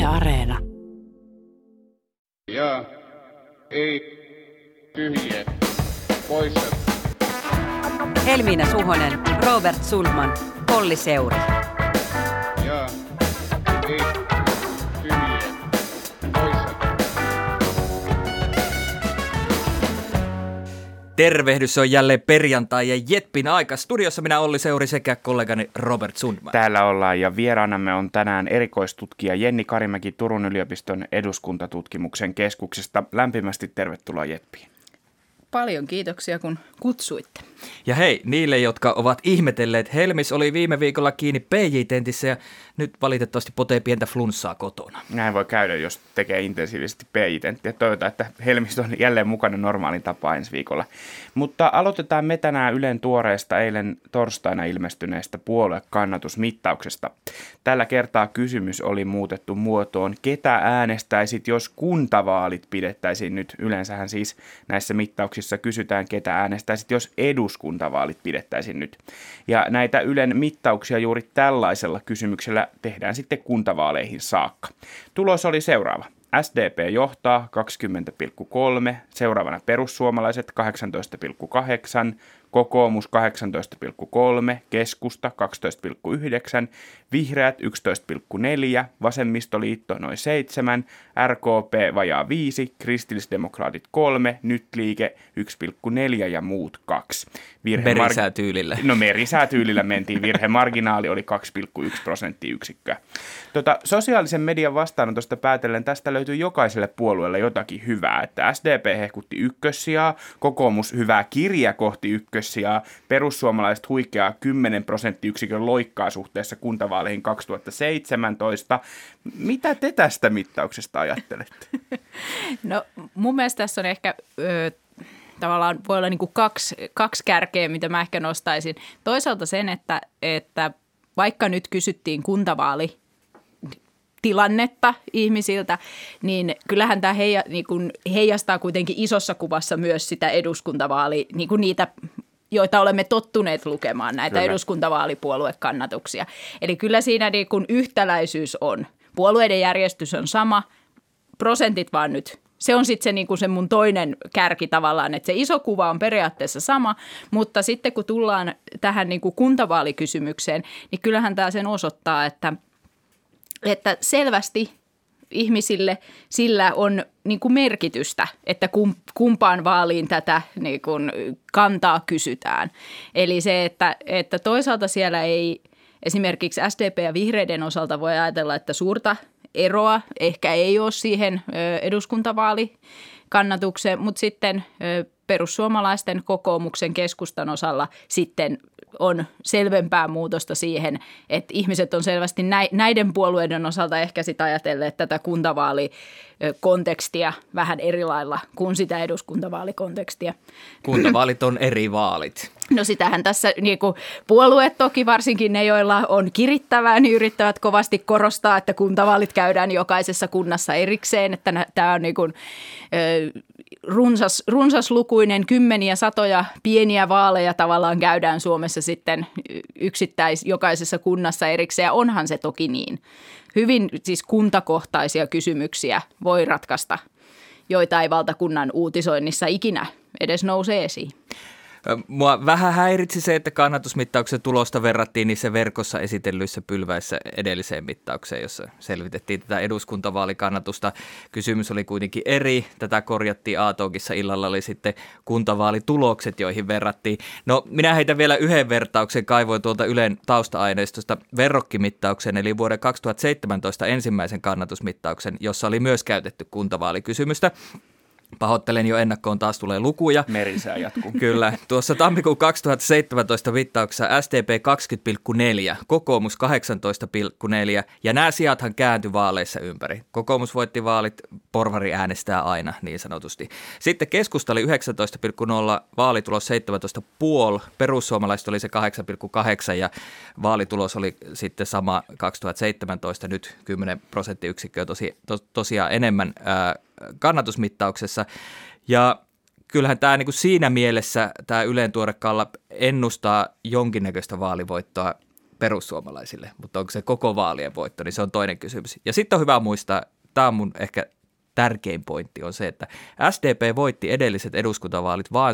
Areena. Ja ei tyhjiä poissa. Helmiina Suhonen, Robert Sundman, Olli Seuri. Ja ei tyhjiä poissa. Tervehdys, on jälleen perjantai ja Jetpin aika. Studiossa minä Olli Seuri sekä kollegani Robert Sundman. Täällä ollaan ja vieraanamme on tänään erikoistutkija Jenni Karimäki Turun yliopiston eduskuntatutkimuksen keskuksesta. Lämpimästi tervetuloa Jetpiin. Paljon kiitoksia, kun kutsuitte. Ja hei, niille, jotka ovat ihmetelleet, Helmis oli viime viikolla kiinni PJ-tentissä ja nyt valitettavasti potee pientä flunssaa kotona. Näin voi käydä, jos tekee intensiivisesti PJ-tenttiä. Toivotaan, että Helmis on jälleen mukana normaalin tapaa ensi viikolla. Mutta aloitetaan me tänään Ylen tuoreesta eilen torstaina ilmestyneestä puoluekannatusmittauksesta. Tällä kertaa kysymys oli muutettu muotoon, ketä äänestäisit, jos kuntavaalit pidettäisiin nyt. Yleensähän siis näissä mittauksissa kysytään, ketä äänestäisit, jos eduskuntavaalit pidettäisiin nyt. Ja näitä Ylen mittauksia juuri tällaisella kysymyksellä tehdään sitten kuntavaaleihin saakka. Tulos oli seuraava. SDP johtaa 20,3, seuraavana perussuomalaiset 18,8, kokoomus 18,3, keskusta 12,9, vihreät 11,4, vasemmistoliitto noin 7, RKP vajaa 5, kristillisdemokraatit 3, nyt liike 1,4 ja muut 2. Merisäätyylillä. No merisäätyylillä mentiin, virhemarginaali oli 2,1 prosenttiyksikköä. Sosiaalisen median vastaanotosta päätellen tästä löytyy jokaiselle puolueelle jotakin hyvää, että SDP hehkutti ykkössijaa, kokoomus hyvää kirja kohti ykkössijaa, perussuomalaiset huikeaa 10 prosenttiyksikön loikkaa suhteessa kuntavaaleihin 2017. Mitä te tästä mittauksesta ajattelette? No mun mielestä tässä on ehkä tavallaan voi olla niin kuin kaksi kärkeä, mitä mä ehkä nostaisin. Toisaalta sen, että vaikka nyt kysyttiin kuntavaalitilannetta ihmisiltä, niin kyllähän tämä heijastaa kuitenkin isossa kuvassa myös sitä eduskuntavaali, niin kuin niitä, joita olemme tottuneet lukemaan, näitä eduskuntavaalipuoluekannatuksia. Eli kyllä siinä niin kuin yhtäläisyys on. Puolueiden järjestys on sama, prosentit vaan nyt. Se on sitten se mun toinen kärki tavallaan, että se iso kuva on periaatteessa sama, mutta sitten kun tullaan tähän niin kuin kuntavaalikysymykseen, niin kyllähän tämä sen osoittaa, että selvästi ihmisille sillä on niin kuin merkitystä, että kumpaan vaaliin tätä niin kuin kantaa kysytään. Eli se, että toisaalta siellä ei esimerkiksi SDP ja vihreiden osalta voi ajatella, että suurta eroa ehkä ei ole siihen eduskuntavaalikannatukseen, mutta sitten perussuomalaisten, kokoomuksen, keskustan osalla sitten on selvempää muutosta siihen, että ihmiset on selvästi näiden puolueiden osalta ehkä sitä ajatelleet tätä kuntavaalikontekstia vähän eri lailla kuin sitä eduskuntavaalikontekstia. Kuntavaalit on eri vaalit. No sitähän tässä niin kuin puolueet toki, varsinkin ne, joilla on kirittävää, niin yrittävät kovasti korostaa, että kuntavaalit käydään jokaisessa kunnassa erikseen, että tämä on niin kuin runsaslukuinen, kymmeniä, satoja pieniä vaaleja tavallaan käydään Suomessa sitten jokaisessa kunnassa erikseen, ja onhan se toki niin. Hyvin siis kuntakohtaisia kysymyksiä voi ratkaista, joita ei valtakunnan uutisoinnissa ikinä edes nouse esiin. Mua vähän häiritsi se, että kannatusmittauksen tulosta verrattiin niissä verkossa esitellyissä pylväissä edelliseen mittaukseen, jossa selvitettiin tätä eduskuntavaalikannatusta. Kysymys oli kuitenkin eri. Tätä korjattiin A-talkissa, illalla oli sitten kuntavaalitulokset, joihin verrattiin. No minä heitän vielä yhden vertauksen, kaivoin tuolta Ylen tausta-aineistosta verrokkimittauksen, eli vuoden 2017 ensimmäisen kannatusmittauksen, jossa oli myös käytetty kuntavaalikysymystä. Pahoittelen jo ennakkoon, taas tulee lukuja. Merisää jatkuu. Kyllä. Tuossa tammikuun 2017 mittauksessa SDP 20,4, kokoomus 18,4 ja nämä sijathan kääntyi vaaleissa ympäri. Kokoomus voitti vaalit, porvari äänestää aina niin sanotusti. Sitten keskusta oli 19,0, vaalitulos 17,5, perussuomalaiset oli se 8,8 ja vaalitulos oli sitten sama 2017, nyt 10 prosenttiyksikköä tosiaan enemmän kannatusmittauksessa. Ja kyllähän tämä niin kuin siinä mielessä tämä Ylen tuore Gallupin ennustaa jonkinnäköistä vaalivoittoa perussuomalaisille, mutta onko se koko vaalien voitto, niin se on toinen kysymys. Ja sitten on hyvä muistaa, tämä on mun ehkä tärkein pointti on se, että SDP voitti edelliset eduskuntavaalit vain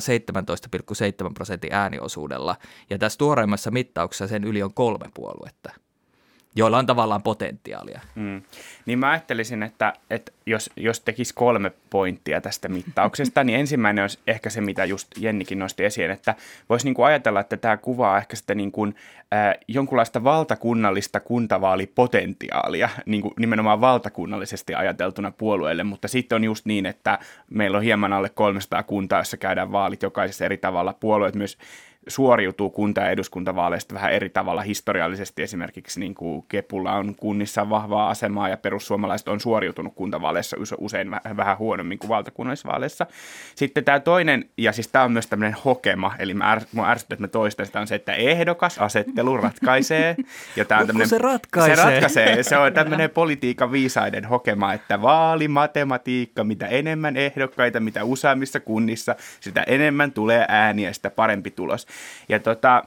17,7% ääniosuudella, ja tässä tuoreimmassa mittauksessa sen yli on 3 puoluetta, joilla on tavallaan potentiaalia. Niin mä ajattelisin, että jos tekisi 3 pointtia tästä mittauksesta, niin ensimmäinen olisi ehkä se, mitä just Jennikin nosti esiin, että voisi niin kuin ajatella, että tämä kuvaa ehkä sitä niin kuin, jonkunlaista valtakunnallista kuntavaalipotentiaalia, niin kuin nimenomaan valtakunnallisesti ajateltuna puolueelle, mutta sitten on just niin, että meillä on hieman alle 300 kuntaa, jossa käydään vaalit jokaisessa eri tavalla. Puolueet myös suoriutuu kunta- ja eduskuntavaaleista vähän eri tavalla historiallisesti. Esimerkiksi niin kuin Kepulla on kunnissa vahvaa asemaa ja perussuomalaiset on suoriutunut kuntavaaleissa usein vähän huonommin kuin valtakunnallisvaaleissa. Sitten tämä toinen, ja siis tämä on myös tämmöinen hokema, eli mä ärsytän, että mä toistan sitä, on se, että ehdokasasettelu ratkaisee. Ja tämä on se ratkaisee. Se ratkaisee. Se on tämmöinen politiikan viisaiden hokema, että vaalimatematiikka, mitä enemmän ehdokkaita, mitä useammissa kunnissa, sitä enemmän tulee ääniä ja sitä parempi tulos. Ja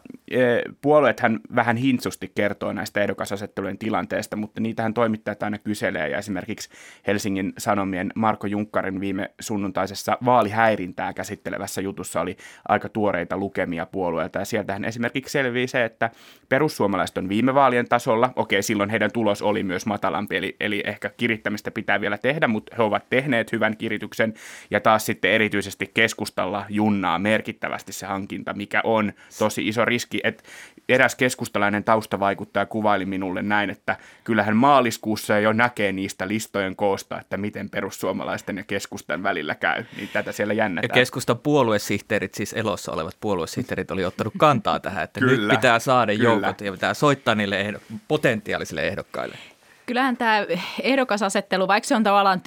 puolueethan vähän hintsusti kertoo näistä ehdokasasettelujen tilanteesta, mutta niitähän toimittajat aina kyselee. Ja esimerkiksi Helsingin Sanomien Marko Junkkarin viime sunnuntaisessa vaalihäirintää käsittelevässä jutussa oli aika tuoreita lukemia puolueelta. Ja sieltähän esimerkiksi selvii se, että perussuomalaiset on viime vaalien tasolla. Okei, silloin heidän tulos oli myös matalampi, eli ehkä kirittämistä pitää vielä tehdä, mutta he ovat tehneet hyvän kirityksen. Ja taas sitten erityisesti keskustalla junnaa merkittävästi se hankinta, mikä on tosi iso riski, että eräs keskustalainen taustavaikuttaja kuvaili minulle näin, että kyllähän maaliskuussa jo näkee niistä listojen koosta, että miten perussuomalaisten ja keskustan välillä käy, niin tätä siellä jännätään. Ja keskustan puoluesihteerit, siis elossa olevat puoluesihteerit, oli ottanut kantaa tähän, että kyllä, nyt pitää saada joukot ja pitää soittaa niille potentiaalisille ehdokkaille. Kyllähän tämä ehdokasasettelu, vaikka se on tavallaan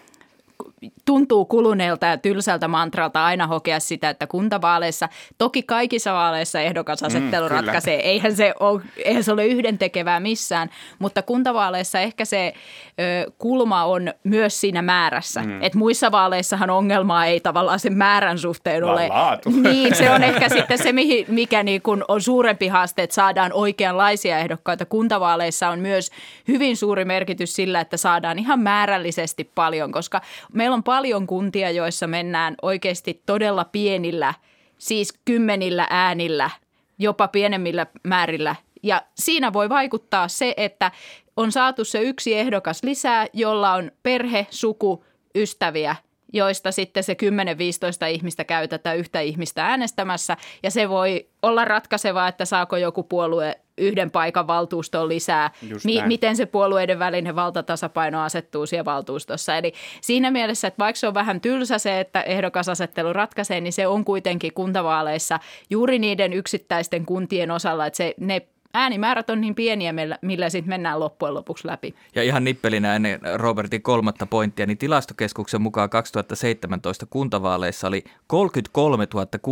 tuntuu kuluneelta ja tylsältä mantralta aina hokea sitä, että kuntavaaleissa, toki kaikissa vaaleissa ehdokasasettelu ratkaisee, eihän se ole yhdentekevää missään, mutta kuntavaaleissa ehkä se kulma on myös siinä määrässä. Että muissa vaaleissahan ongelmaa ei tavallaan sen määrän suhteen ole. Laatu. Niin, se on ehkä sitten se, mikä niin kun on suurempi haaste, että saadaan oikeanlaisia ehdokkaita. Kuntavaaleissa on myös hyvin suuri merkitys sillä, että saadaan ihan määrällisesti paljon, koska meillä on paljon kuntia, joissa mennään oikeasti todella pienillä, siis 10 äänillä, jopa pienemmillä määrillä. Ja siinä voi vaikuttaa se, että on saatu se yksi ehdokas lisää, jolla on perhe, suku, ystäviä, joista sitten se 10-15 ihmistä käy tätä yhtä ihmistä äänestämässä. Ja se voi olla ratkaisevaa, että saako joku puolue yhden paikan valtuustoon lisää, miten se puolueiden välinen valtatasapaino asettuu siellä valtuustossa. Eli siinä mielessä, että vaikka se on vähän tylsä se, että ehdokasasettelu ratkaisee, niin se on kuitenkin kuntavaaleissa juuri niiden yksittäisten kuntien osalla, että ne äänimäärät on niin pieniä, millä sitten mennään loppujen lopuksi läpi. Ja ihan nippelinä ennen Robertin 3. pointtia, niin Tilastokeskuksen mukaan 2017 kuntavaaleissa oli 33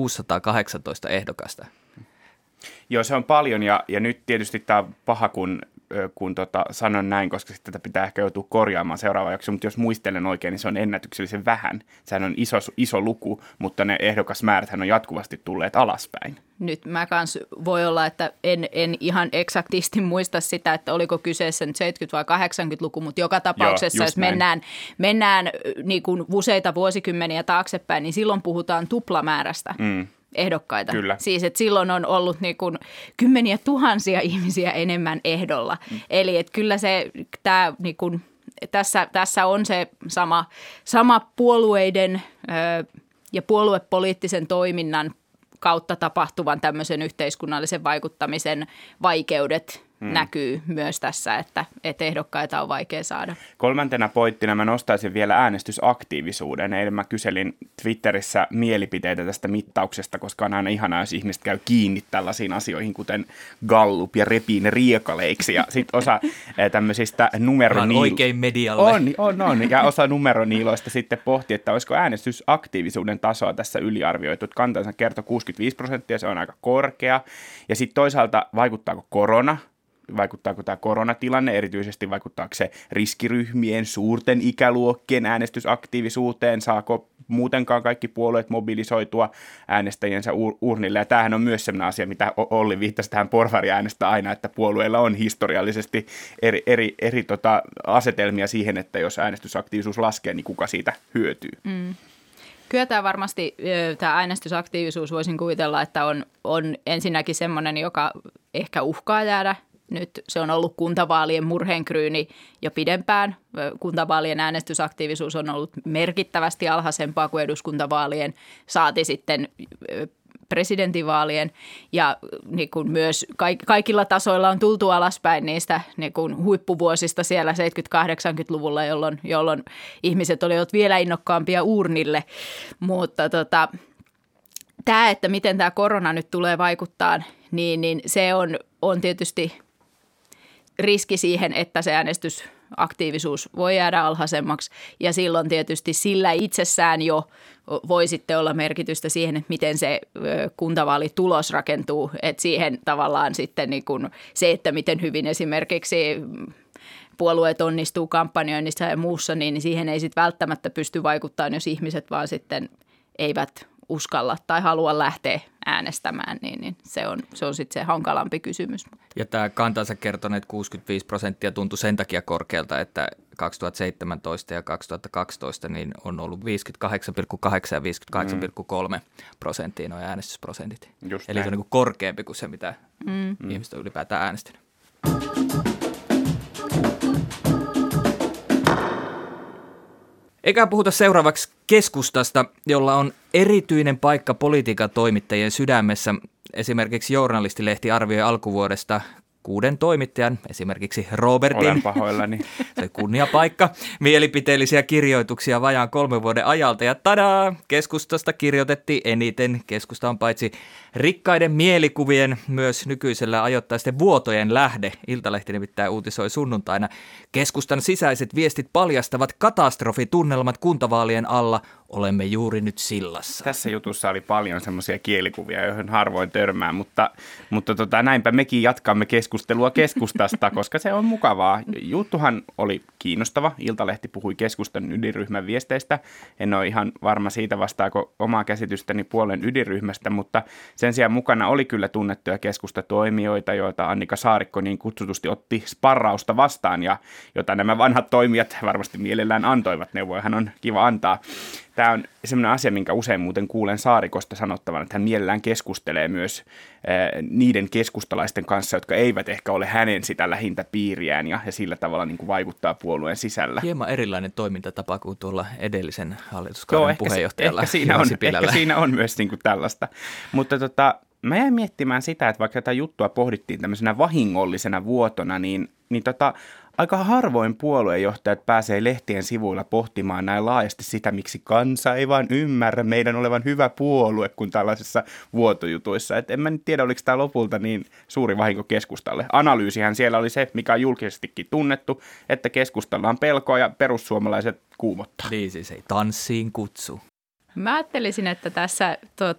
618 ehdokasta. Joo, se on paljon ja nyt tietysti tämä on paha, kun sanon näin, koska sitten tätä pitää ehkä joutua korjaamaan seuraava jakso, mutta jos muistelen oikein, niin se on ennätyksellisen vähän. Sehän on iso luku, mutta ne ehdokasmääräthän on jatkuvasti tulleet alaspäin. Nyt mä kans voi olla, että en ihan eksaktisti muista sitä, että oliko kyseessä nyt 70- vai 80-luku, mutta joka tapauksessa, jos mennään niin kuin useita vuosikymmeniä taaksepäin, niin silloin puhutaan tuplamäärästä. Ehdokkaita. Kyllä. Siis, että silloin on ollut niin kuin kymmeniä tuhansia ihmisiä enemmän ehdolla. Eli että kyllä se, tämä niin kuin, tässä on se sama puolueiden ja puoluepoliittisen toiminnan kautta tapahtuvan tämmöisen yhteiskunnallisen vaikuttamisen vaikeudet näkyy myös tässä, että ehdokkaita on vaikea saada. 3. pointtina mä nostaisin vielä äänestysaktiivisuuden. Eilen mä kyselin Twitterissä mielipiteitä tästä mittauksesta, koska on aina ihanaa, jos ihmiset käy kiinni tällaisiin asioihin, kuten Gallup ja repii ne riekaleiksi. Ja sitten osa tämmöisistä numeroniiloista. Oikein medialle. On. Ja osa numeroniiloista sitten pohti, että olisiko äänestysaktiivisuuden tasoa tässä yliarvioitu. Kantansa kertoi 65%, se on aika korkea. Ja sitten toisaalta vaikuttaako korona? Vaikuttaako tämä koronatilanne, erityisesti vaikuttaako se riskiryhmien, suurten ikäluokkien äänestysaktiivisuuteen, saako muutenkaan kaikki puolueet mobilisoitua äänestäjiensä urnille. Ja tämähän on myös sellainen asia, mitä Olli viittasi tähän porvariäänestä aina, että puolueilla on historiallisesti eri asetelmia siihen, että jos äänestysaktiivisuus laskee, niin kuka siitä hyötyy. Kyllä tämä varmasti, tämä äänestysaktiivisuus voisin kuvitella, että on ensinnäkin semmoinen, joka ehkä uhkaa jäädä. Nyt se on ollut kuntavaalien murheenkryyni jo pidempään. Kuntavaalien äänestysaktiivisuus on ollut merkittävästi alhaisempaa kuin eduskuntavaalien, saati sitten presidentinvaalien. Ja niin kuin myös kaikilla tasoilla on tultu alaspäin niistä niin kuin huippuvuosista siellä 70-80-luvulla, jolloin ihmiset olivat vielä innokkaampia urnille. Mutta tämä, että miten tämä korona nyt tulee vaikuttaa, niin se on tietysti riski siihen, että se äänestysaktiivisuus voi jäädä alhaisemmaksi ja silloin tietysti sillä itsessään jo voi sitten olla merkitystä siihen, että miten se kuntavaalitulos rakentuu, että siihen tavallaan sitten niin kuin se, että miten hyvin esimerkiksi puolueet onnistuu kampanjoinnissa ja muussa, niin siihen ei sitten välttämättä pysty vaikuttamaan, jos ihmiset vaan sitten eivät uskalla tai halua lähteä äänestämään, niin se on sitten se hankalampi kysymys. Ja tämä kantansa kertoneet 65% tuntui sen takia korkealta, että 2017 ja 2012 niin on ollut 58,8 ja 58,3% nuo äänestysprosentit. Just Eli näin. se on niin kuin korkeampi kuin se, mitä ihmiset on ylipäätään äänestänyt. Eikä puhuta seuraavaksi keskustasta, jolla on erityinen paikka politiikan toimittajien sydämessä. Esimerkiksi Journalistilehti arvioi alkuvuodesta 6 toimittajan, esimerkiksi Robertin, Olen pahoillani. se kunniapaikka, mielipiteellisiä kirjoituksia vajaan 3 vuoden ajalta. Ja tadaa, keskustasta kirjoitettiin eniten. Keskusta on paitsi rikkaiden mielikuvien myös nykyisellä ajoittaisten vuotojen lähde. Iltalehti nimittäin uutisoi sunnuntaina. Keskustan sisäiset viestit paljastavat katastrofitunnelmat kuntavaalien alla. Olemme juuri nyt sillassa. Tässä jutussa oli paljon semmoisia kielikuvia, joihin harvoin törmää, mutta näinpä mekin jatkamme keskustelua keskustasta, koska se on mukavaa. Juttuhan oli kiinnostava. Iltalehti puhui keskustan ydinryhmän viesteistä. En ole ihan varma siitä, vastaako omaa käsitystäni puolen ydinryhmästä, mutta sen sijaan mukana oli kyllä tunnettuja keskustatoimijoita, joita Annika Saarikko niin kutsutusti otti sparrausta vastaan ja jota nämä vanhat toimijat varmasti mielellään antoivat. Neuvojahan on kiva antaa. Tämä on sellainen asia, minkä usein muuten kuulen Saarikosta sanottavan, että hän mielellään keskustelee myös niiden keskustalaisten kanssa, jotka eivät ehkä ole hänen sitä lähintä piiriään ja sillä tavalla niin kuin vaikuttaa puolueen sisällä. Hieman erilainen toimintatapa kuin tuolla edellisen hallituskauden puheenjohtajalla. Ehkä siinä on myös niin kuin tällaista. Mutta mä jäin miettimään sitä, että vaikka tätä juttua pohdittiin tämmöisenä vahingollisena vuotona, niin aika harvoin puoluejohtajat pääsee lehtien sivuilla pohtimaan näin laajasti sitä, miksi kansa ei vaan ymmärrä meidän olevan hyvä puolue kuin tällaisissa vuotojutuissa. Et en mä nyt tiedä, oliko tämä lopulta niin suuri vahinko keskustalle. Analyysihän siellä oli se, mikä on julkisestikin tunnettu, että keskustalla on pelkoa ja perussuomalaiset kuumottaa. Niin siis ei tanssiin kutsu. Mä ajattelisin, että tässä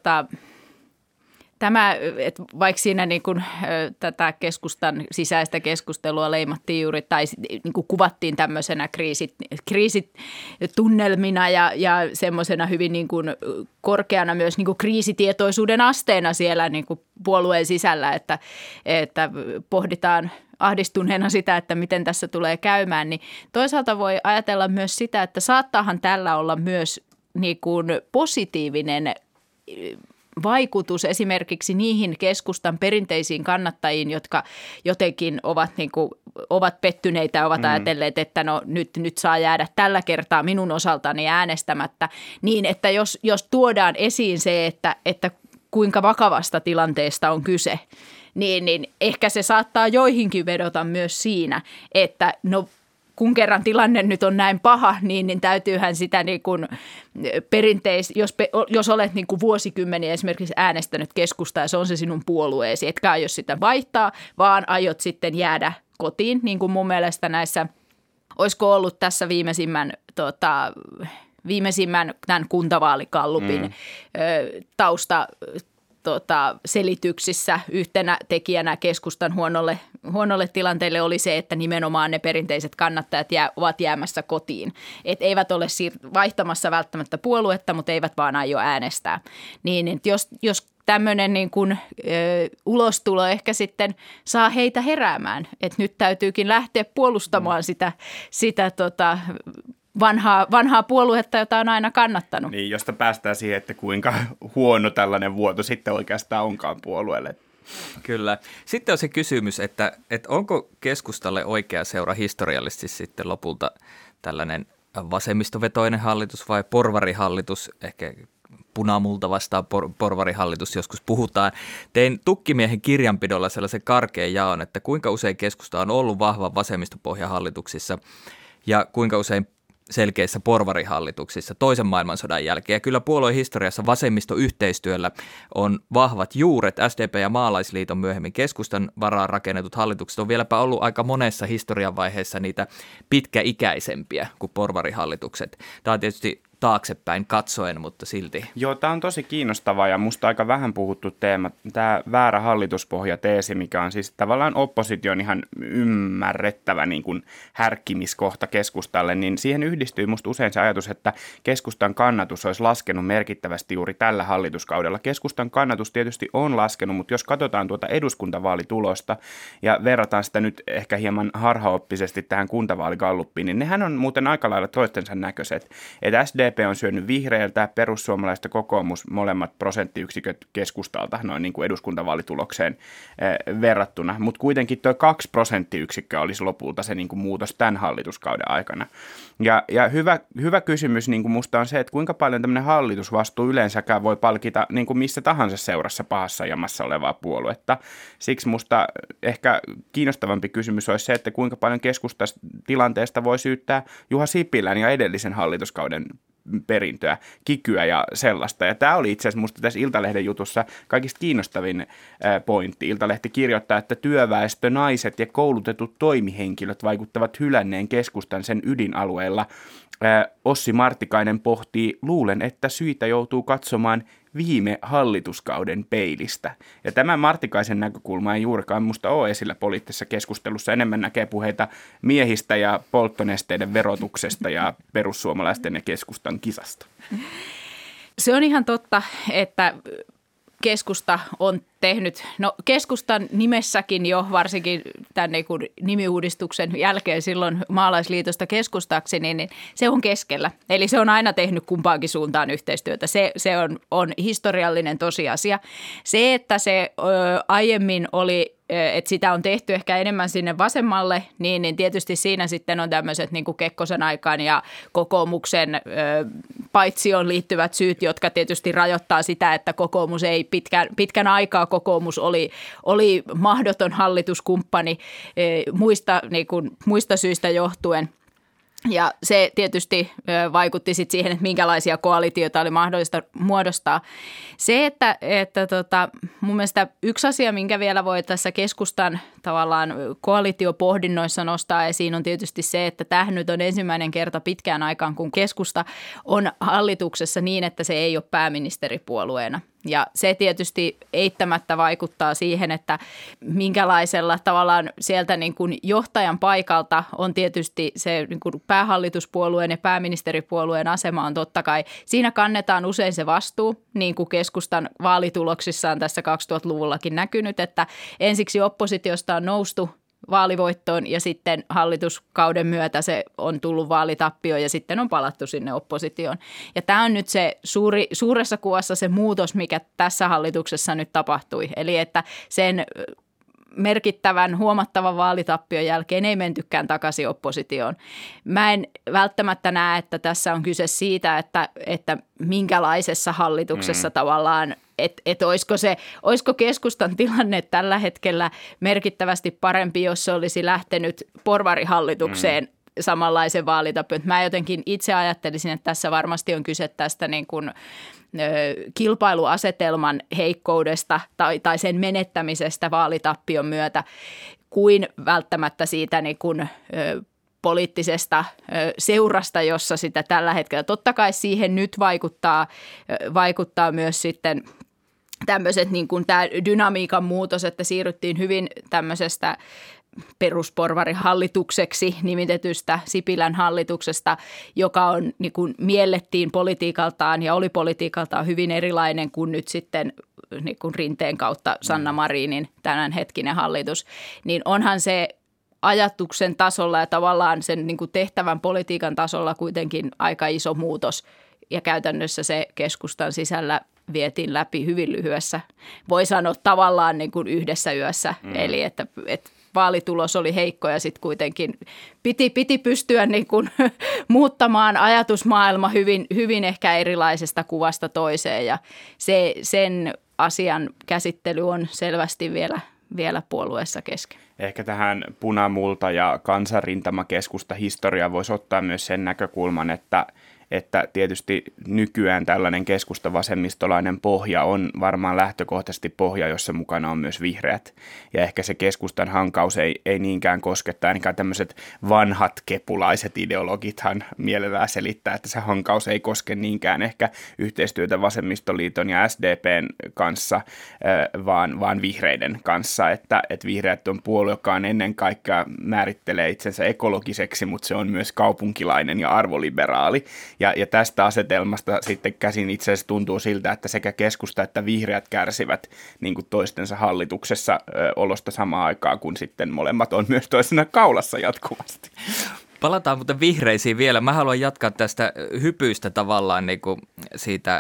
tämä, että vaikka siinä niin kuin, tätä keskustan sisäistä keskustelua leimattiin juuri tai niin kuin kuvattiin tämmöisenä kriisitunnelmina ja semmoisena hyvin niin kuin korkeana myös niin kuin kriisitietoisuuden asteena siellä niin kuin puolueen sisällä, että pohditaan ahdistuneena sitä, että miten tässä tulee käymään, niin toisaalta voi ajatella myös sitä, että saattaahan tällä olla myös niin kuin positiivinen vaikutus esimerkiksi niihin keskustan perinteisiin kannattajiin, jotka jotenkin ovat pettyneitä ja ovat ajatelleet, että no nyt saa jäädä tällä kertaa minun osaltani äänestämättä, niin että jos tuodaan esiin se, että kuinka vakavasta tilanteesta on kyse, niin ehkä se saattaa joihinkin vedota myös siinä, että no kun kerran tilanne nyt on näin paha, niin täytyyhän sitä niin kuin jos olet niin kuin vuosikymmeniä esimerkiksi äänestänyt keskustaa ja se on se sinun puolueesi, etkä aio sitä vaihtaa, vaan aiot sitten jäädä kotiin, niin kuin mun mielestä näissä, olisiko ollut tässä viimeisimmän tämän kuntavaalikallupin selityksissä yhtenä tekijänä keskustan huonolle tilanteelle oli se, että nimenomaan ne perinteiset kannattajat ovat jäämässä kotiin. Et eivät ole vaihtamassa välttämättä puoluetta, mutta eivät vaan aio äänestää. Niin, että jos tämmöinen niin kuin, ulostulo ehkä sitten saa heitä heräämään, että nyt täytyykin lähteä puolustamaan sitä vanhaa puoluetta, jota on aina kannattanut. Niin, josta päästään siihen, että kuinka huono tällainen vuoto sitten oikeastaan onkaan puolueelle. Kyllä. Sitten on se kysymys, että onko keskustalle oikea seura historiallisesti sitten lopulta tällainen vasemmistovetoinen hallitus vai porvarihallitus, ehkä punamulta vastaan porvarihallitus joskus puhutaan. Tein Tukkimiehen kirjanpidolla sellaisen karkean jaon, että kuinka usein keskusta on ollut vahvan vasemmistopohjahallituksissa ja kuinka usein selkeissä porvarihallituksissa toisen maailmansodan jälkeen. Ja kyllä puolueen historiassa vasemmistoyhteistyöllä on vahvat juuret. SDP ja Maalaisliiton myöhemmin keskustan varaan rakennetut hallitukset on vieläpä ollut aika monessa historian vaiheessa niitä pitkäikäisempiä kuin porvarihallitukset. Tämä on tietysti taaksepäin katsoen, mutta silti. Joo, tämä on tosi kiinnostava ja musta aika vähän puhuttu teema. Tämä väärä hallituspohjateesi, mikä on siis tavallaan opposition ihan ymmärrettävä niin kuin härkkimiskohta keskustalle, niin siihen yhdistyy musta usein se ajatus, että keskustan kannatus olisi laskenut merkittävästi juuri tällä hallituskaudella. Keskustan kannatus tietysti on laskenut, mutta jos katsotaan tuota eduskuntavaalitulosta ja verrataan sitä nyt ehkä hieman harhaoppisesti tähän kuntavaaligalluppiin, niin nehän on muuten aika lailla toistensa näköiset. Että SDP on syönyt vihreiltä, perussuomalaiset kokoomus molemmat prosenttiyksiköt keskustalta noin niin kuin eduskuntavaalitulokseen verrattuna, mutta kuitenkin tuo 2 prosenttiyksikköä olisi lopulta se niin kuin muutos tämän hallituskauden aikana. Ja hyvä kysymys niin kuin musta on se, että kuinka paljon tämmöinen hallitusvastuu yleensäkään voi palkita niin kuin missä tahansa seurassa pahassa jamassa olevaa puoluetta. Siksi musta ehkä kiinnostavampi kysymys olisi se, että kuinka paljon keskustatilanteesta voi syyttää Juha Sipilän ja edellisen hallituskauden perintöä, kikyä ja sellaista. Ja tämä oli itse asiassa musta tässä Iltalehden jutussa kaikista kiinnostavin pointti. Iltalehti kirjoittaa, että työväestö, naiset ja koulutetut toimihenkilöt vaikuttavat hylänneen keskustan sen ydinalueella. Ossi Martikainen pohtii, luulen, että syitä joutuu katsomaan viime hallituskauden peilistä. Ja tämä Martikaisen näkökulma ei juurikaan musta ole esillä poliittisessa keskustelussa. Enemmän näkee puheita miehistä ja polttonesteiden verotuksesta ja perussuomalaisten ja keskustan kisasta. Se on ihan totta, että keskusta on tehnyt, keskustan nimessäkin jo varsinkin tämän nimiuudistuksen jälkeen silloin Maalaisliitosta keskustaksi, niin se on keskellä. Eli se on aina tehnyt kumpaankin suuntaan yhteistyötä. Se on historiallinen tosiasia. Se, että se aiemmin oli, että sitä on tehty ehkä enemmän sinne vasemmalle, niin tietysti siinä sitten on tämmöiset niin kuin Kekkosen aikaan ja kokoomuksen paitsioon liittyvät syyt, jotka tietysti rajoittaa sitä, että kokoomus ei pitkän aikaa kokoomus oli mahdoton hallituskumppani muista syistä johtuen. Ja se tietysti vaikutti sitten siihen, että minkälaisia koalitioita oli mahdollista muodostaa. Se, että mun mielestä yksi asia, minkä vielä voi tässä keskustan tavallaan koalitiopohdinnoissa nostaa esiin, on tietysti se, että tämä nyt on ensimmäinen kerta pitkään aikaan, kun keskusta on hallituksessa niin, että se ei ole pääministeripuolueena. Ja se tietysti eittämättä vaikuttaa siihen, että minkälaisella tavallaan sieltä niin kuin johtajan paikalta on tietysti se niin kuin päähallituspuolueen ja pääministeripuolueen asema on totta kai. Siinä kannetaan usein se vastuu, niin kuin keskustan vaalituloksissa on tässä 2000-luvullakin näkynyt, että ensiksi oppositiosta on noustu vaalivoittoon ja sitten hallituskauden myötä se on tullut vaalitappio ja sitten on palattu sinne oppositioon. Ja tämä on nyt se suuressa kuvassa se muutos, mikä tässä hallituksessa nyt tapahtui. Eli että sen merkittävän huomattavan vaalitappion jälkeen ei mentykään takaisin oppositioon. Mä en välttämättä näe, että tässä on kyse siitä, että minkälaisessa hallituksessa tavallaan, että olisiko keskustan tilanne tällä hetkellä merkittävästi parempi, jos se olisi lähtenyt porvarihallitukseen samanlaisen vaalitappion. Mä jotenkin itse ajattelisin, että tässä varmasti on kyse tästä niin kuin kilpailuasetelman heikkoudesta tai sen menettämisestä vaalitappion myötä kuin välttämättä siitä niin kuin poliittisesta seurasta, jossa sitä tällä hetkellä. Totta kai siihen nyt vaikuttaa myös sitten tämmöiset niin kuin tämä dynamiikan muutos, että siirryttiin hyvin tämmöisestä perusporvarihallitukseksi nimitetystä Sipilän hallituksesta, joka on, niin kuin miellettiin politiikaltaan ja oli politiikaltaan hyvin erilainen kuin nyt sitten niin kuin Rinteen kautta Sanna Marinin tämänhetkinen hallitus, niin onhan se ajatuksen tasolla ja tavallaan sen niin kuin tehtävän politiikan tasolla kuitenkin aika iso muutos ja käytännössä se keskustan sisällä vietiin läpi hyvin lyhyessä, voi sanoa tavallaan niin kuin yhdessä yössä, eli että vaalitulos oli heikko ja sitten kuitenkin piti pystyä niin kuin muuttamaan ajatusmaailma hyvin ehkä erilaisesta kuvasta toiseen ja sen asian käsittely on selvästi vielä puolueessa kesken. Ehkä tähän punamulta- ja kansanrintamakeskusta historiaan voisi ottaa myös sen näkökulman, että tietysti nykyään tällainen keskusta-vasemmistolainen pohja on varmaan lähtökohtaisesti pohja, jossa mukana on myös vihreät. Ja ehkä se keskustan hankaus ei niinkään kosketa, ainakaan tämmöiset vanhat kepulaiset ideologithan mielellään selittää, että se hankaus ei koske niinkään ehkä yhteistyötä vasemmistoliiton ja SDPn kanssa, vaan vihreiden kanssa. Että vihreät on puolue, joka on ennen kaikkea määrittelee itsensä ekologiseksi, mutta se on myös kaupunkilainen ja arvoliberaali. Ja tästä asetelmasta sitten käsin itse asiassa tuntuu siltä, että sekä keskusta että vihreät kärsivät niin kuin toistensa hallituksessa olosta samaan aikaan, kun sitten molemmat on myös toisena kaulassa jatkuvasti. Palataan muuten vihreisiin vielä. Mä haluan jatkaa tästä hypyistä tavallaan niin kuin siitä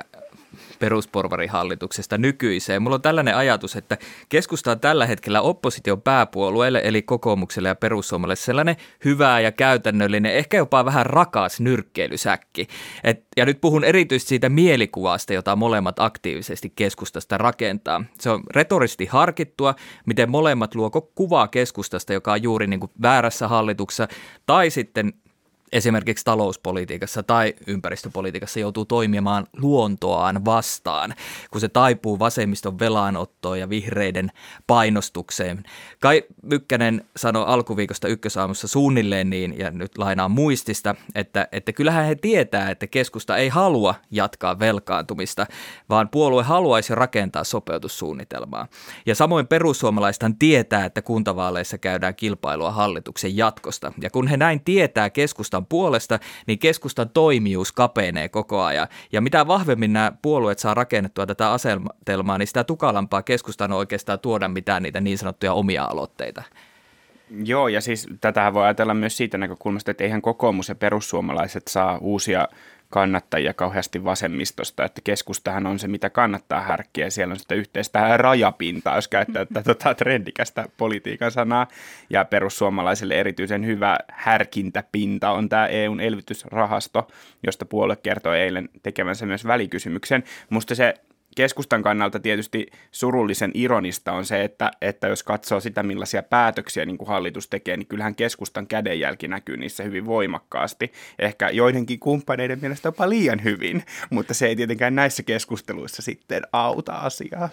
perusporvarihallituksesta nykyiseen. Mulla on tällainen ajatus, että keskusta on tällä hetkellä opposition pääpuolueelle, eli kokoomukselle ja perussuomalaisille sellainen hyvä ja käytännöllinen, ehkä jopa vähän rakas nyrkkeilysäkki. Ja nyt puhun erityisesti siitä mielikuvasta, jota molemmat aktiivisesti keskustasta rakentaa. Se on retorisesti harkittua, miten molemmat luo kuvaa keskustasta, joka on juuri niin kuin väärässä hallituksessa, tai sitten esimerkiksi talouspolitiikassa tai ympäristöpolitiikassa joutuu toimimaan luontoaan vastaan, kun se taipuu vasemmiston velanottoon ja vihreiden painostukseen. Kai Mykkänen sanoi alkuviikosta Ykkösaamussa suunnilleen niin, ja nyt lainaan muistista, että kyllähän he tietää, että keskusta ei halua jatkaa velkaantumista, vaan puolue haluaisi rakentaa sopeutussuunnitelmaa. Ja samoin perussuomalaisethan tietää, että kuntavaaleissa käydään kilpailua hallituksen jatkosta. Ja kun he näin tietää keskustan puolesta, niin keskustan toimijuus kapenee koko ajan. Ja mitä vahvemmin nämä puolueet saa rakennettua tätä asetelmaa, niin sitä tukalampaa keskustan on oikeastaan tuoda mitään niitä niin sanottuja omia aloitteita. Joo, ja siis tätähän voi ajatella myös siitä näkökulmasta, että eihän kokoomus ja perussuomalaiset saa uusia kannattajia kauheasti vasemmistosta, että keskustahan on se, mitä kannattaa härkkiä, ja siellä on sitä yhteistä rajapintaa, jos käyttää tätä trendikästä politiikan sanaa, ja perussuomalaisille erityisen hyvä härkintäpinta on tämä EUn elvytysrahasto, josta puolue kertoi eilen tekemänsä myös välikysymyksen. Musta se keskustan kannalta tietysti surullisen ironista on se, että jos katsoo sitä, millaisia päätöksiä niin kuin hallitus tekee, niin kyllähän keskustan kädenjälki näkyy niissä hyvin voimakkaasti. Ehkä joidenkin kumppaneiden mielestä jopa liian hyvin, mutta se ei tietenkään näissä keskusteluissa sitten auta asiaa.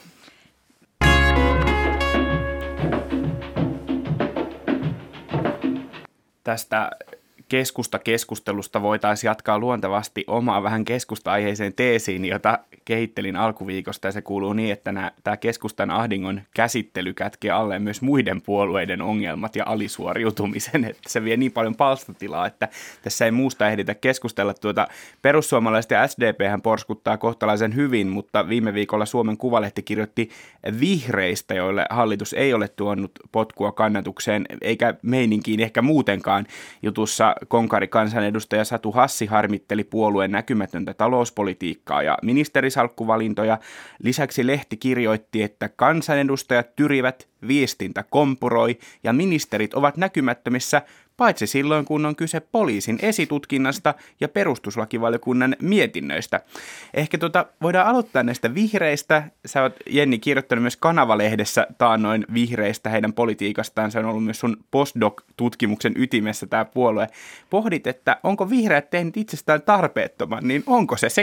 Tästä keskustelusta voitaisiin jatkaa luontevasti omaa vähän keskusta-aiheiseen teesiin, jota kehittelin alkuviikosta, ja se kuuluu niin, että tämä keskustan ahdingon käsittely kätkee alle myös muiden puolueiden ongelmat ja alisuoriutumisen, että se vie niin paljon palstatilaa, että tässä ei muusta ehditä keskustella. Perussuomalaiset ja SDP:hän porskuttaa kohtalaisen hyvin, mutta viime viikolla Suomen Kuvalehti kirjoitti vihreistä, joille hallitus ei ole tuonut potkua kannatukseen, eikä meininkiin ehkä muutenkaan. Jutussa konkarikansanedustaja Satu Hassi harmitteli puolueen näkymätöntä talouspolitiikkaa ja ministerisalkkuvalintoja. Lisäksi lehti kirjoitti, että kansanedustajat tyrivät, viestintä kompuroi ja ministerit ovat näkymättömissä, paitsi silloin, kun on kyse poliisin esitutkinnasta ja perustuslakivaliokunnan mietinnöistä. Ehkä voidaan aloittaa näistä vihreistä. Sä oot, Jenni, kirjoittanut myös Kanava-lehdessä taannoin vihreistä, heidän politiikastaan. Se on ollut myös sun postdoc-tutkimuksen ytimessä tämä puolue. Pohdit, että onko vihreät tehnyt itsestään tarpeettoman, niin onko se?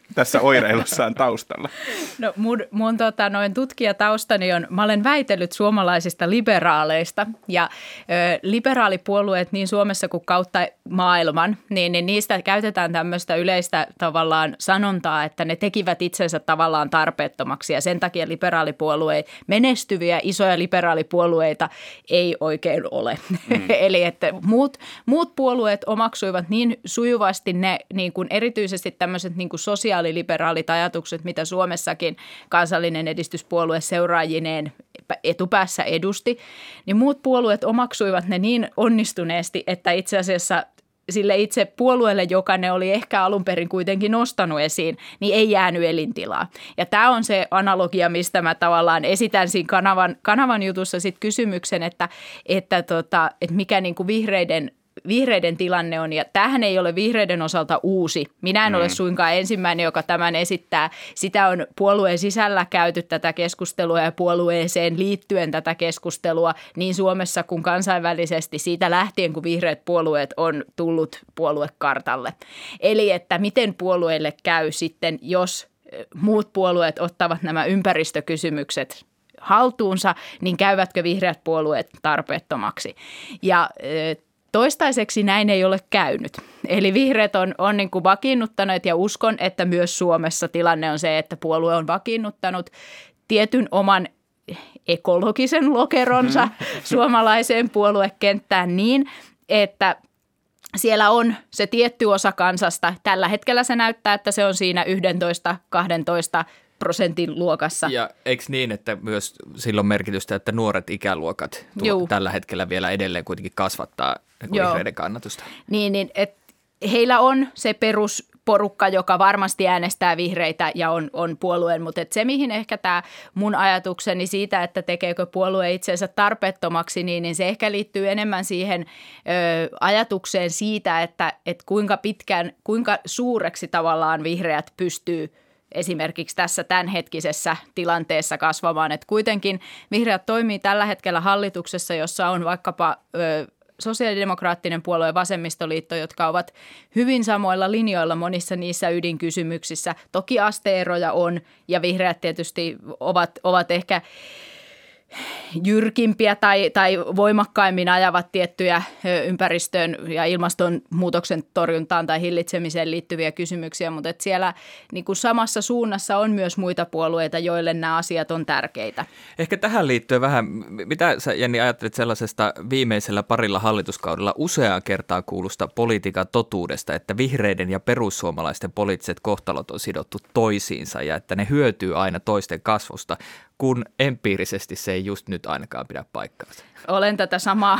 tässä oireilussaan taustalla? No mun tutkijataustani on, mä olen väitellyt suomalaisista liberaaleista ja liberaalipuolueet niin Suomessa kuin kautta maailman, niin niistä käytetään tämmöistä yleistä tavallaan sanontaa, että ne tekivät itsensä tavallaan tarpeettomaksi ja sen takia liberaalipuolueet, menestyviä isoja liberaalipuolueita ei oikein ole. Eli että muut puolueet omaksuivat niin sujuvasti ne niin kuin erityisesti tämmöiset niin kuin sosiaaliliberaalit ajatukset, mitä Suomessakin Kansallinen edistyspuolue seuraajineen etupäässä edusti, niin muut puolueet omaksuivat ne niin onnistuneesti, että itse asiassa sille itse puolueelle, joka ne oli ehkä alun perin kuitenkin nostanut esiin, niin ei jäänyt elintilaa. Ja tämä on se analogia, mistä mä tavallaan esitän siinä kanavan jutussa sit kysymyksen, että mikä niin kuin vihreiden tilanne on, ja tämähän ei ole vihreiden osalta uusi. Minä en ole suinkaan ensimmäinen, joka tämän esittää. Sitä on puolueen sisällä käyty tätä keskustelua ja puolueeseen liittyen tätä keskustelua niin Suomessa kuin kansainvälisesti siitä lähtien, kun vihreät puolueet on tullut puoluekartalle. Eli että miten puolueille käy sitten, jos muut puolueet ottavat nämä ympäristökysymykset haltuunsa, niin käyvätkö vihreät puolueet tarpeettomaksi? Ja toistaiseksi näin ei ole käynyt. Eli vihreät on niin kuin vakiinnuttaneet ja uskon, että myös Suomessa tilanne on se, että puolue on vakiinnuttanut tietyn oman ekologisen lokeronsa suomalaiseen puoluekenttään niin, että siellä on se tietty osa kansasta. Tällä hetkellä se näyttää, että se on siinä 11-12% luokassa. Ja eikö niin, että myös sillä on merkitystä, että nuoret ikäluokat tällä hetkellä vielä edelleen kuitenkin kasvattaa vihreiden kannatusta? Niin että heillä on se perusporukka, joka varmasti äänestää vihreitä ja on puolueen, mutta se mihin ehkä tämä mun ajatukseni siitä, että tekeekö puolue itsensä tarpeettomaksi, niin se ehkä liittyy enemmän siihen ajatukseen siitä, että kuinka suureksi tavallaan vihreät pystyy esimerkiksi tässä tämänhetkisessä tilanteessa kasvamaan. Että kuitenkin vihreät toimii tällä hetkellä hallituksessa, jossa on vaikkapa sosiaalidemokraattinen puolue ja vasemmistoliitto, jotka ovat hyvin samoilla linjoilla monissa niissä ydinkysymyksissä. Toki aste-eroja on ja vihreät tietysti ovat ehkä jyrkimpiä tai voimakkaimmin ajavat tiettyjä ympäristön ja ilmastonmuutoksen torjuntaan tai hillitsemiseen liittyviä kysymyksiä, mutta että siellä niin kuin samassa suunnassa on myös muita puolueita, joille nämä asiat on tärkeitä. Ehkä tähän liittyen vähän, mitä sä Jenni ajattelet sellaisesta viimeisellä parilla hallituskaudella useaan kertaan kuulusta politiikan totuudesta, että vihreiden ja perussuomalaisten poliittiset kohtalot on sidottu toisiinsa ja että ne hyötyy aina toisten kasvusta, kun empiirisesti se ei just nyt ainakaan pidä paikkaansa. Olen tätä samaa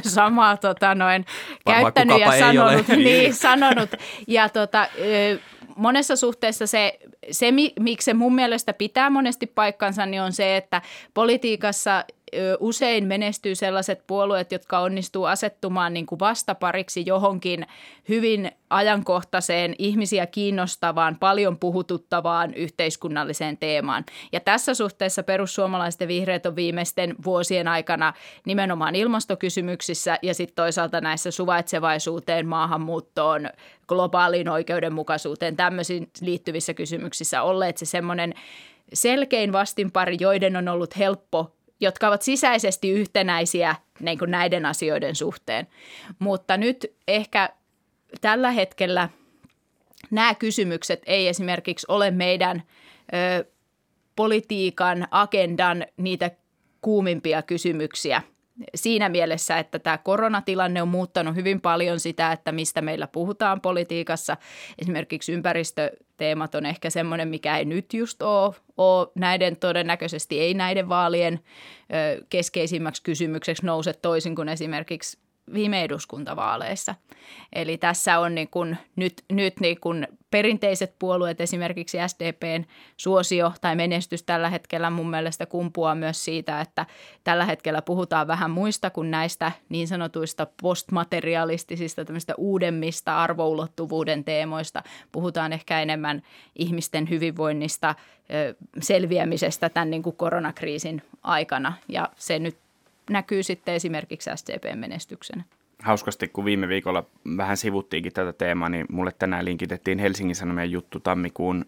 käyttänyt ja sanonut. Ja monessa suhteessa se, miksi se mun mielestä pitää monesti paikkansa, niin on se, että politiikassa usein menestyy sellaiset puolueet, jotka onnistuu asettumaan niin kuin vastapariksi johonkin hyvin ajankohtaiseen, ihmisiä kiinnostavaan, paljon puhututtavaan yhteiskunnalliseen teemaan. Ja tässä suhteessa perussuomalaiset ja vihreät on viimeisten vuosien aikana nimenomaan ilmastokysymyksissä ja sitten toisaalta näissä suvaitsevaisuuteen, maahanmuuttoon, globaaliin oikeudenmukaisuuteen, tämmöisiin liittyvissä kysymyksissä olleet se semmoinen selkein vastinpari, joiden on ollut helppo, jotka ovat sisäisesti yhtenäisiä niin kuin näiden asioiden suhteen. Mutta nyt ehkä tällä hetkellä nämä kysymykset ei esimerkiksi ole meidän politiikan agendan niitä kuumimpia kysymyksiä. Siinä mielessä, että tämä koronatilanne on muuttanut hyvin paljon sitä, että mistä meillä puhutaan politiikassa. Esimerkiksi ympäristöteemat on ehkä semmoinen, mikä ei nyt just ole näiden todennäköisesti ei näiden vaalien keskeisimmäksi kysymykseksi nouse toisin kuin esimerkiksi viime eduskuntavaaleissa. Eli tässä on niin kuin nyt niin kuin perinteiset puolueet, esimerkiksi SDP:n suosio tai menestys tällä hetkellä mun mielestä kumpuaa myös siitä, että tällä hetkellä puhutaan vähän muista kuin näistä niin sanotuista postmaterialistisista, tämmöistä uudemmista arvoulottuvuuden teemoista. Puhutaan ehkä enemmän ihmisten hyvinvoinnista, selviämisestä tämän niin kuin koronakriisin aikana ja se nyt näkyy sitten esimerkiksi SDP:n menestyksenä. hauskasti, kun viime viikolla vähän sivuttiinkin tätä teemaa, niin mulle tänään linkitettiin Helsingin Sanomien juttu tammikuun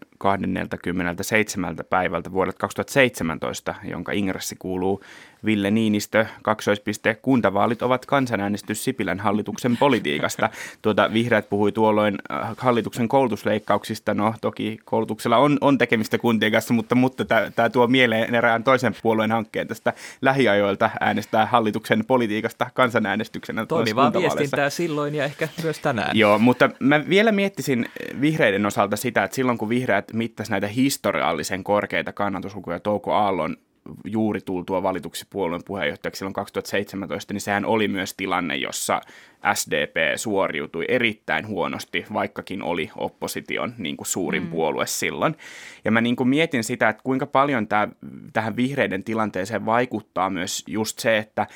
27. päivältä vuodelta 2017, jonka ingressi kuuluu Ville Niinistö, kuntavaalit ovat kansanäänestys Sipilän hallituksen politiikasta. Vihreät puhui tuolloin hallituksen koulutusleikkauksista. No toki koulutuksella on tekemistä kuntien kanssa, mutta tämä tuo mieleen erään toisen puolueen hankkeen tästä lähiajoilta äänestää hallituksen politiikasta kansanäänestyksenä. Toimivaa viestintää silloin ja ehkä myös tänään. Joo, mutta mä vielä miettisin vihreiden osalta sitä, että silloin kun vihreät mittasi näitä historiallisen korkeita kannatuslukuja Touko Aallon juuri tultua valituksi puolueen puheenjohtajaksi silloin 2017, niin sehän oli myös tilanne, jossa SDP suoriutui erittäin huonosti, vaikkakin oli opposition niin kuin suurin puolue silloin. Ja mä niin kuin mietin sitä, että kuinka paljon tähän vihreiden tilanteeseen vaikuttaa myös just se, että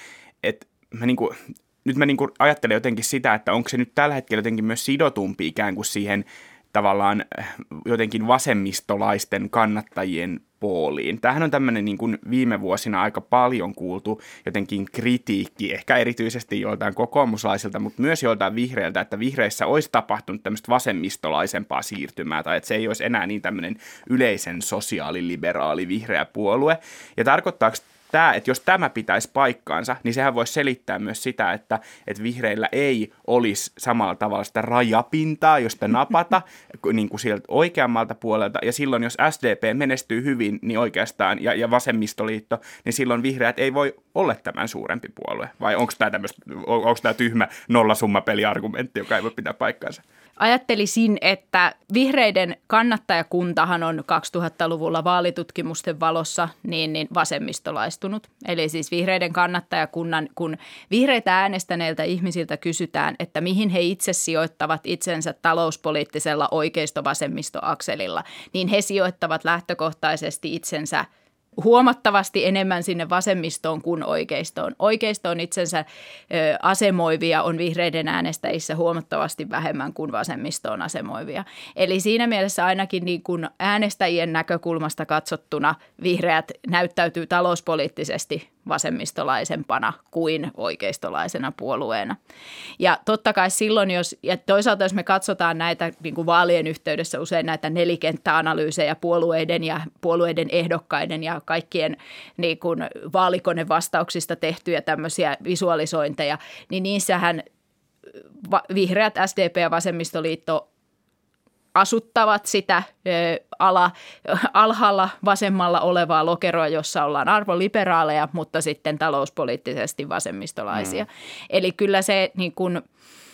nyt mä ajattelen jotenkin sitä, että onko se nyt tällä hetkellä jotenkin myös sidotumpi ikään kuin siihen tavallaan jotenkin vasemmistolaisten kannattajien pooliin. Tämähän on tämmöinen niin kuin viime vuosina aika paljon kuultu jotenkin kritiikki, ehkä erityisesti joiltain kokoomuslaisilta, mutta myös joiltain vihreiltä, että vihreissä olisi tapahtunut tämmöistä vasemmistolaisempaa siirtymää, tai että se ei olisi enää niin tämmöinen yleisen sosiaaliliberaali vihreä puolue. Ja tarkoittaako tämä, että jos tämä pitäisi paikkaansa, niin sehän voisi selittää myös sitä, että vihreillä ei olisi samalla tavalla sitä rajapintaa, josta napata niin kuin sieltä oikeammalta puolelta. Ja silloin, jos SDP menestyy hyvin, niin oikeastaan, ja vasemmistoliitto, niin silloin vihreät ei voi olla tämän suurempi puolue. Vai onko tämä tyhmä nollasummapeliargumentti, joka ei voi pitää paikkaansa? Ajattelisin, että vihreiden kannattajakuntahan on 2000-luvulla vaalitutkimusten valossa niin vasemmistolaistunut. Eli siis vihreiden kannattajakunnan, kun vihreitä äänestäneiltä ihmisiltä kysytään, että mihin he itse sijoittavat itsensä talouspoliittisella oikeisto-vasemmisto-akselilla, niin he sijoittavat lähtökohtaisesti itsensä huomattavasti enemmän sinne vasemmistoon kuin oikeistoon. Oikeistoon itsensä asemoivia on vihreiden äänestäjissä huomattavasti vähemmän kuin vasemmistoon asemoivia. Eli siinä mielessä ainakin niin kuin äänestäjien näkökulmasta katsottuna vihreät näyttäytyy talouspoliittisesti vasemmistolaisempana kuin oikeistolaisena puolueena. Ja totta kai silloin, ja toisaalta jos me katsotaan näitä niin kuin vaalien yhteydessä usein näitä nelikenttäanalyysejä puolueiden ehdokkaiden ja kaikkien niin kuin vaalikonevastauksista tehtyjä tämmöisiä visualisointeja, niin niissähän vihreät, SDP ja vasemmistoliitto asuttavat sitä alhaalla vasemmalla olevaa lokeroa, jossa ollaan arvoliberaaleja, mutta sitten talouspoliittisesti vasemmistolaisia. Eli kyllä se niin kuin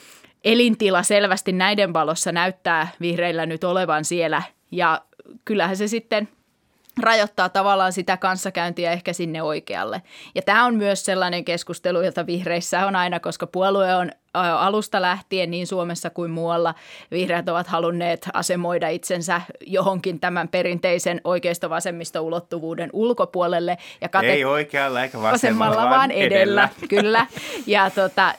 elintila selvästi näiden valossa näyttää vihreillä nyt olevan siellä, ja kyllähän se sitten rajoittaa tavallaan sitä kanssakäyntiä ehkä sinne oikealle. Ja tämä on myös sellainen keskustelu, jota vihreissä on aina, koska puolue on alusta lähtien niin Suomessa kuin muualla. Vihreät ovat halunneet asemoida itsensä johonkin tämän perinteisen oikeisto-vasemmisto-ulottuvuuden ulkopuolelle. Ja ei oikealla eikä vasemmalla, vaan edellä. Kyllä. Ja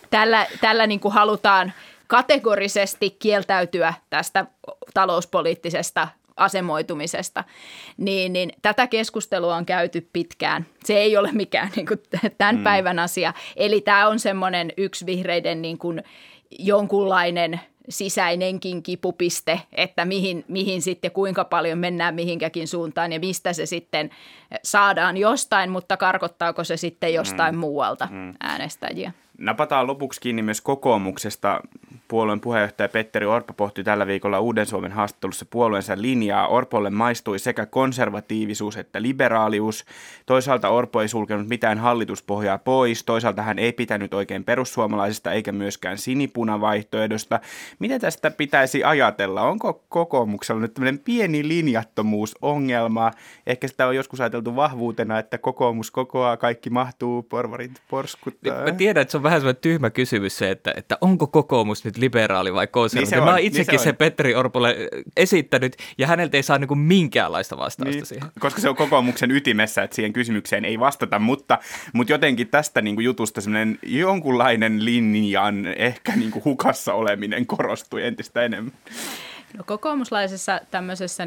tällä niin kuin halutaan kategorisesti kieltäytyä tästä talouspoliittisesta asemoitumisesta, niin tätä keskustelua on käyty pitkään. Se ei ole mikään niin kuin tämän päivän asia. Eli tämä on semmoinen yksi vihreiden niin kuin jonkunlainen sisäinenkin kipupiste, että mihin sitten kuinka paljon mennään mihinkäkin suuntaan ja mistä se sitten saadaan jostain, mutta karkottaako se sitten jostain muualta äänestäjiä. Napataan lopuksi kiinni myös kokoomuksesta. Puolueen puheenjohtaja Petteri Orpo pohti tällä viikolla Uuden Suomen haastattelussa puolueensa linjaa. Orpolle maistui sekä konservatiivisuus että liberaalius. Toisaalta Orpo ei sulkenut mitään hallituspohjaa pois. Toisaalta hän ei pitänyt oikein perussuomalaisista eikä myöskään sinipunavaihtoehdosta. Mitä tästä pitäisi ajatella? Onko kokoomuksella nyt tämmöinen pieni linjattomuusongelma? Ehkä sitä on joskus ajateltu vahvuutena, että kokoomus kokoaa, kaikki mahtuu, porvarit porskuttaa. Mä tiedän, että se on vähän semmoinen tyhmä kysymys se, että onko kokoomus nyt liberaali vai konservatiivi. Mä oon itsekin sen Petteri Orpolle esittänyt, ja häneltä ei saa minkäänlaista vastausta siihen. Koska se on kokoomuksen ytimessä, että siihen kysymykseen ei vastata, mutta jotenkin tästä jutusta semmoinen jonkunlainen linjan ehkä hukassa oleminen korostui entistä enemmän. No, kokoomuslaisessa tämmöisessä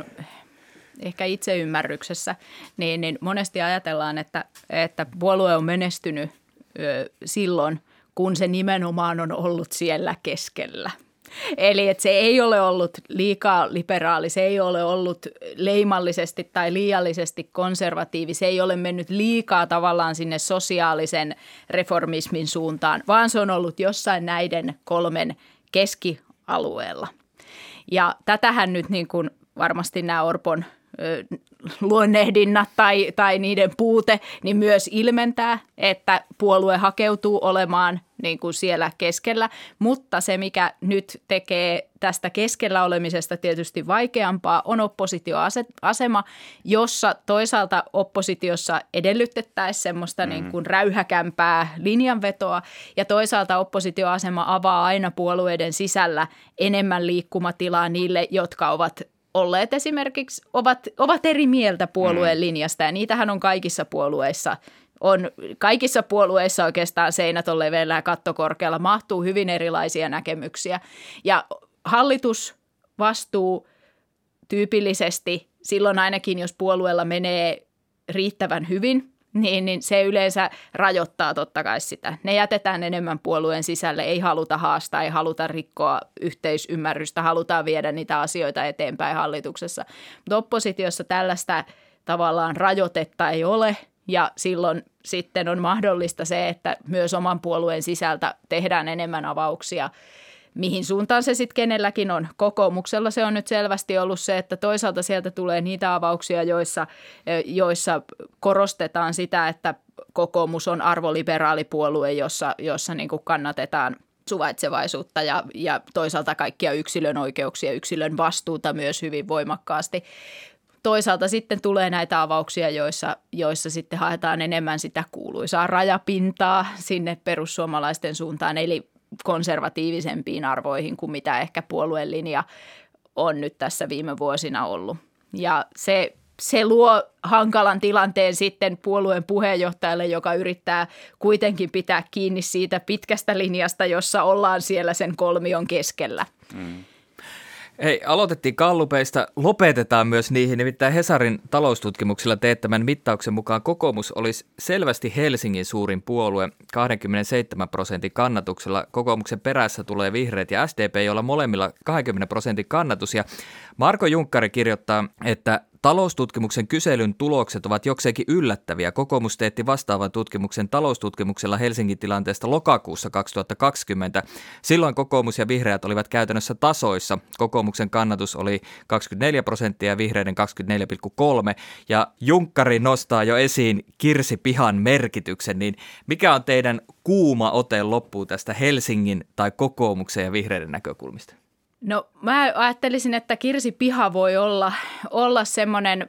ehkä itseymmärryksessä, niin monesti ajatellaan, että puolue on menestynyt silloin, kun se nimenomaan on ollut siellä keskellä. Eli että se ei ole ollut liikaa liberaali, se ei ole ollut leimallisesti tai liiallisesti konservatiivi, se ei ole mennyt liikaa tavallaan sinne sosiaalisen reformismin suuntaan, vaan se on ollut jossain näiden 3 keskialueella. Ja tätähän nyt niin kuin varmasti nämä Orpon luonnehdinnat tai niiden puute, niin myös ilmentää, että puolue hakeutuu olemaan niin kuin siellä keskellä, mutta se, mikä nyt tekee tästä keskellä olemisesta tietysti vaikeampaa, on oppositioasema, jossa toisaalta oppositiossa edellytettäisiin semmoista niin kuin räyhäkämpää linjanvetoa, ja toisaalta oppositioasema avaa aina puolueiden sisällä enemmän liikkumatilaa niille, jotka ovat olleet esimerkiksi, ovat eri mieltä puolueen linjasta, ja niitähän on kaikissa puolueissa oikeastaan seinät on leveällä ja katto korkealla, mahtuu hyvin erilaisia näkemyksiä. Ja hallitusvastuu tyypillisesti silloin ainakin, jos puolueella menee riittävän hyvin, niin se yleensä rajoittaa totta kai sitä. Ne jätetään enemmän puolueen sisälle, ei haluta haastaa, ei haluta rikkoa yhteisymmärrystä, halutaan viedä niitä asioita eteenpäin hallituksessa. Mutta oppositiossa tällaista tavallaan rajoitetta ei ole, ja silloin sitten on mahdollista se, että myös oman puolueen sisältä tehdään enemmän avauksia, mihin suuntaan se sitten kenelläkin on. Kokoomuksella se on nyt selvästi ollut se, että toisaalta sieltä tulee niitä avauksia, joissa korostetaan sitä, että kokoomus on arvoliberaalipuolue, jossa niin kuin kannatetaan suvaitsevaisuutta ja toisaalta kaikkia yksilön oikeuksia, yksilön vastuuta myös hyvin voimakkaasti. Toisaalta sitten tulee näitä avauksia, joissa sitten haetaan enemmän sitä kuuluisaa rajapintaa sinne perussuomalaisten suuntaan, eli konservatiivisempiin arvoihin kuin mitä ehkä puolueen linja on nyt tässä viime vuosina ollut. Ja se luo hankalan tilanteen sitten puolueen puheenjohtajalle, joka yrittää kuitenkin pitää kiinni siitä pitkästä linjasta, jossa ollaan siellä sen kolmion keskellä. Hei, aloitettiin gallupeista, lopetetaan myös niihin. Nimittäin Hesarin taloustutkimuksilla teettämän mittauksen mukaan kokoomus olisi selvästi Helsingin suurin puolue 27% kannatuksella. Kokoomuksen perässä tulee vihreät ja SDP, joilla molemmilla 20% kannatus. Ja Marko Junkkari kirjoittaa, että taloustutkimuksen kyselyn tulokset ovat jokseenkin yllättäviä. Kokoomus teetti vastaavan tutkimuksen taloustutkimuksella Helsingin tilanteesta lokakuussa 2020. Silloin kokoomus ja vihreät olivat käytännössä tasoissa. Kokoomuksen kannatus oli 24% ja vihreiden 24,3%. Ja Junkkari nostaa jo esiin Kirsi-pihan merkityksen. Niin mikä on teidän kuuma ote loppuun tästä Helsingin tai kokoomuksen ja vihreiden näkökulmista? No mä ajattelisin, että Kirsi-piha voi olla semmoinen,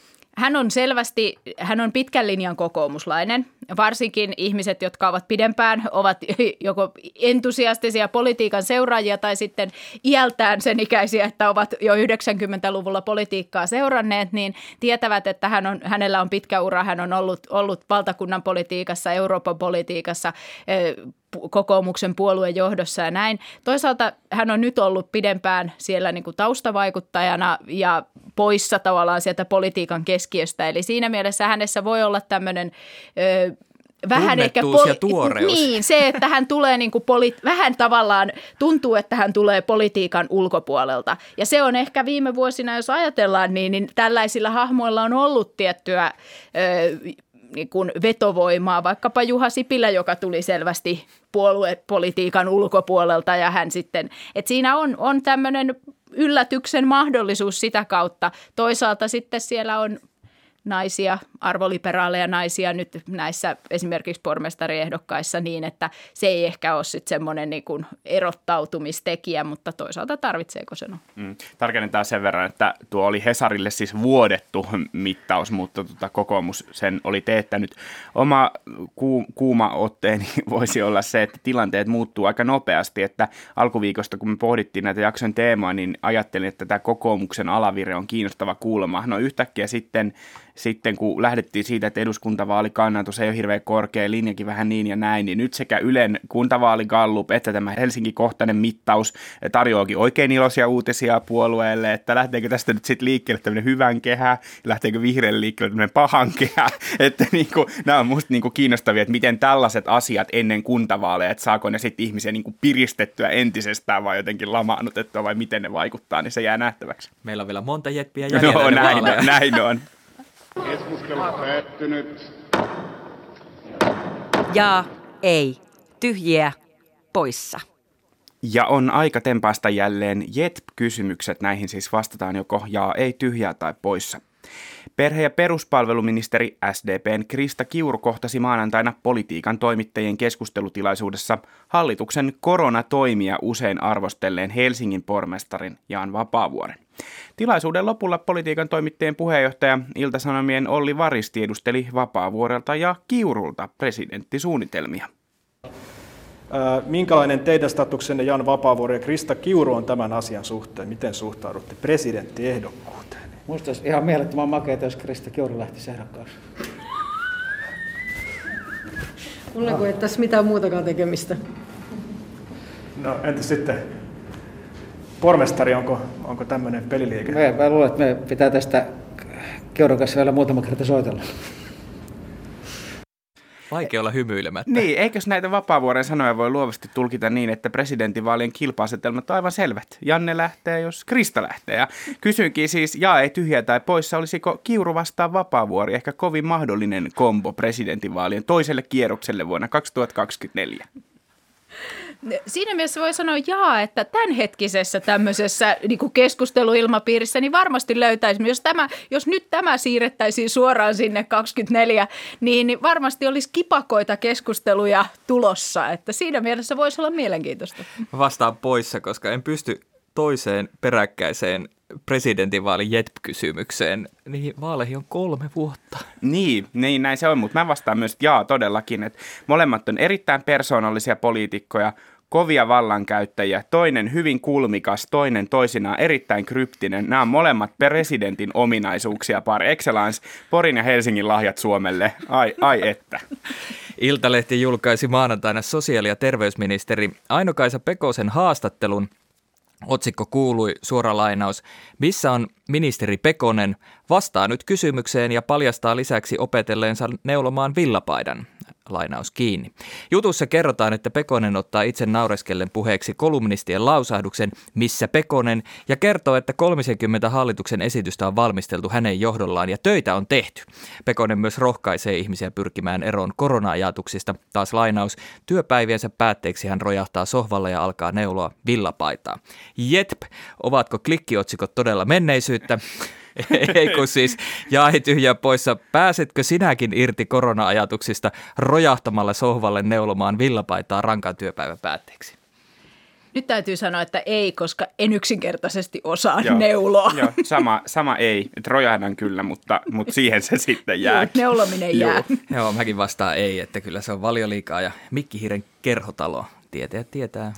hän on pitkän linjan kokoomuslainen. Varsinkin ihmiset, jotka ovat pidempään, ovat joko entusiastisia politiikan seuraajia tai sitten iältään sen ikäisiä, että ovat jo 90-luvulla politiikkaa seuranneet, niin tietävät, että hänellä on pitkä ura. Hän on ollut valtakunnan politiikassa, Euroopan politiikassa, kokoomuksen puolueen johdossa ja näin. Toisaalta hän on nyt ollut pidempään siellä niin kuin taustavaikuttajana ja poissa tavallaan sieltä politiikan keskiöstä. Eli siinä mielessä hänessä voi olla tämmöinen vähän ehkä ja tuoreus. Niin, se, että hän tulee niin kuin vähän tavallaan tuntuu, että hän tulee politiikan ulkopuolelta. Ja se on ehkä viime vuosina, jos ajatellaan, niin tällaisilla hahmoilla on ollut tiettyä niin kuin vetovoimaa, vaikkapa Juha Sipilä, joka tuli selvästi puoluepolitiikan ulkopuolelta ja hän sitten, että siinä on tämmöinen yllätyksen mahdollisuus sitä kautta. Toisaalta sitten siellä on naisia, arvoliberaaleja naisia nyt näissä esimerkiksi pormestariehdokkaissa niin, että se ei ehkä ole sitten semmoinen niin kuin erottautumistekijä, mutta toisaalta tarvitseeko sen on? Tarkennetaan sen verran, että tuo oli Hesarille siis vuodettu mittaus, mutta kokoomus sen oli teettänyt. Oma kuuma otteeni voisi olla se, että tilanteet muuttuu aika nopeasti, että alkuviikosta kun me pohdittiin näitä jakson teemaa, niin ajattelin, että tämä kokoomuksen alavire on kiinnostava kuulema. No yhtäkkiä sitten sitten kun lähdettiin siitä, että eduskuntavaalikannatus ei ole hirveän korkea, linjakin vähän niin ja näin, niin nyt sekä Ylen kuntavaaligallup että tämä Helsinki-kohtainen mittaus tarjoakin oikein iloisia uutisia puolueelle, että lähteekö tästä nyt sitten liikkeelle tämmöinen hyvän kehä, lähteekö vihreälle liikkeelle tämmöinen pahan kehä, että niinku, nämä on musta niinku kiinnostavia, että miten tällaiset asiat ennen kuntavaaleja, että saako ne sitten ihmisiä niinku piristettyä entisestään vai jotenkin lamaannutettua vai miten ne vaikuttaa, niin se jää nähtäväksi. Meillä on vielä monta jetpiä jäljellä. No näin on. Keskustelu päättynyt. Jaa, ei, tyhjiä, poissa. Ja on aika tempaista jälleen JETP-kysymykset. Näihin siis vastataan joko jaa, ei, tyhjää tai poissa. Perhe- ja peruspalveluministeri SDP:n Krista Kiuru kohtasi maanantaina politiikan toimittajien keskustelutilaisuudessa hallituksen koronatoimia usein arvostelleen Helsingin pormestarin Jan Vapaavuoren. Tilaisuuden lopulla politiikan toimittajien puheenjohtaja Ilta-Sanomien Olli Varis tiedusteli Vapaavuorelta ja Kiurulta presidenttisuunnitelmia. Minkälainen teidän statuksenne Jan Vapaavuori ja Krista Kiuru on tämän asian suhteen? Miten suhtaudutte presidenttiehdokkuuteen? Musta olisi ihan mielettömän makeata, jos Krista Kiuru lähtisi ehdokkaaksi. Mulla kun ei tässä mitään muutakaan tekemistä. No entäs sitten pormestari, onko tämmöinen peliliike? Mä luulen, että me pitää tästä Kiurun kanssa vielä muutama kerta soitella. Vaikea olla hymyilemättä. Niin, eikös näitä Vapaavuoren sanoja voi luovasti tulkita niin, että presidentinvaalien kilpa-asetelmat on aivan selvät. Janne lähtee, jos Krista lähtee. Ja kysyinkin siis, jaa, ei, tyhjää tai poissa, olisiko Kiuru vastaan Vapaavuori ehkä kovin mahdollinen kombo presidentinvaalien toiselle kierrokselle vuonna 2024? Siinä mielessä voi sanoa jaa, että tämänhetkisessä tämmöisessä niin kuin keskusteluilmapiirissä niin varmasti löytäisimme, jos nyt tämä siirrettäisiin suoraan sinne 24, niin varmasti olisi kipakoita keskusteluja tulossa, että siinä mielessä voisi olla mielenkiintoista. Vastaan poissa, koska en pysty toiseen peräkkäiseen presidentinvaalin JETP-kysymykseen. Niihin vaaleihin on 3 vuotta. Niin, näin se on, mutta mä vastaan myös, että jaa, todellakin, että molemmat on erittäin persoonallisia poliitikkoja, kovia vallankäyttäjiä, toinen hyvin kulmikas, toinen toisinaan erittäin kryptinen. Nämä on molemmat presidentin ominaisuuksia par excellence, Porin ja Helsingin lahjat Suomelle, ai että. Iltalehti julkaisi maanantaina sosiaali- ja terveysministeri Aino-Kaisa Pekosen haastattelun. Otsikko kuului, suora lainaus, missä on ministeri Pekonen, vastaa nyt kysymykseen ja paljastaa lisäksi opetelleensa neulomaan villapaidan. Lainaus kiinni. Jutussa kerrotaan, että Pekonen ottaa itse naureskellen puheeksi kolumnistien lausahduksen, missä Pekonen, ja kertoo, että 30 hallituksen esitystä on valmisteltu hänen johdollaan ja töitä on tehty. Pekonen myös rohkaisee ihmisiä pyrkimään eroon korona-ajatuksista. Taas lainaus, työpäiviensä päätteeksi hän rojahtaa sohvalle ja alkaa neuloa villapaitaa. Jetp, ovatko klikkiotsikot todella menneisyyttä? Ei kun siis, jaa, ei, tyhjää poissa. Pääsetkö sinäkin irti korona-ajatuksista rojahtamalla sohvalle neulomaan villapaitaa rankan työpäivän päätteeksi? Nyt täytyy sanoa, että ei, koska en yksinkertaisesti osaa neuloa. Joo, sama ei. Et rojahdan kyllä, mutta siihen se sitten jää. Neulominen jää. Joo, mäkin vastaan ei, että kyllä se on Valioliigaa ja Mikkihiiren kerhotalo. Tietää.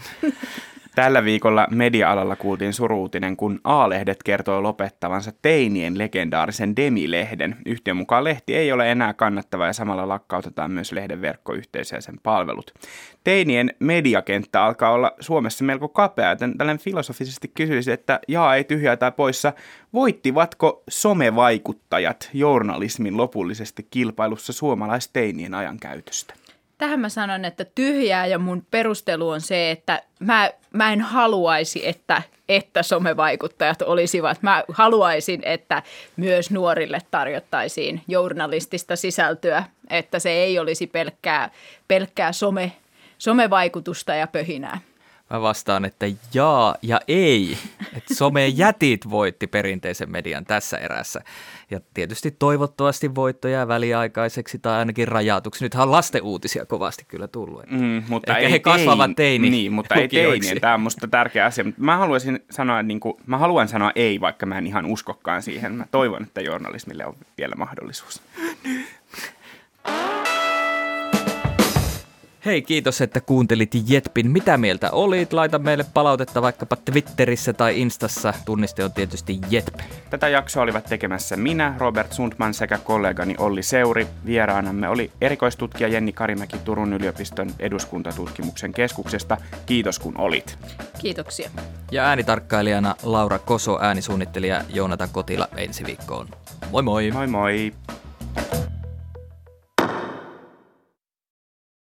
Tällä viikolla media-alalla kuultiin suru-uutinen, kun A-lehdet kertoi lopettavansa teinien legendaarisen Demi-lehden. Yhtiön mukaan lehti ei ole enää kannattava ja samalla lakkautetaan myös lehden verkkoyhteisö ja sen palvelut. Teinien mediakenttä alkaa olla Suomessa melko kapea, joten tällainen filosofisesti kysyisi, että jaa, ei, tyhjää tai poissa, voittivatko somevaikuttajat journalismin lopullisesti kilpailussa suomalaisteinien ajankäytöstä? Tähän mä sanon, että tyhjää ja mun perustelu on se, että mä en haluaisi, että somevaikuttajat olisivat. Mä haluaisin, että myös nuorille tarjottaisiin journalistista sisältöä, että se ei olisi pelkkää somevaikutusta ja pöhinää. Mä vastaan, että jaa ja ei, että somejätit voitti perinteisen median tässä erässä. Ja tietysti toivottavasti voitto jää väliaikaiseksi tai ainakin rajatuksi. Nythän on lasteuutisia kovasti kyllä tullut. Mutta ehkä he kasvavat teini. Niin, mutta ei teini. Tämä on musta tärkeä asia. Mä haluan sanoa ei, vaikka mä en ihan uskokaan siihen. Mä toivon, että journalismille on vielä mahdollisuus. Hei, kiitos, että kuuntelit Jetpin. Mitä mieltä olit? Laita meille palautetta vaikkapa Twitterissä tai Instassa. Tunniste on tietysti Jetp. Tätä jaksoa olivat tekemässä minä, Robert Sundman sekä kollegani Olli Seuri. Vieraanamme oli erikoistutkija Jenni Karimäki Turun yliopiston eduskuntatutkimuksen keskuksesta. Kiitos kun olit. Kiitoksia. Ja äänitarkkailijana Laura Koso, äänisuunnittelija Joonatan Kotila ensi viikkoon. Moi moi! Moi moi!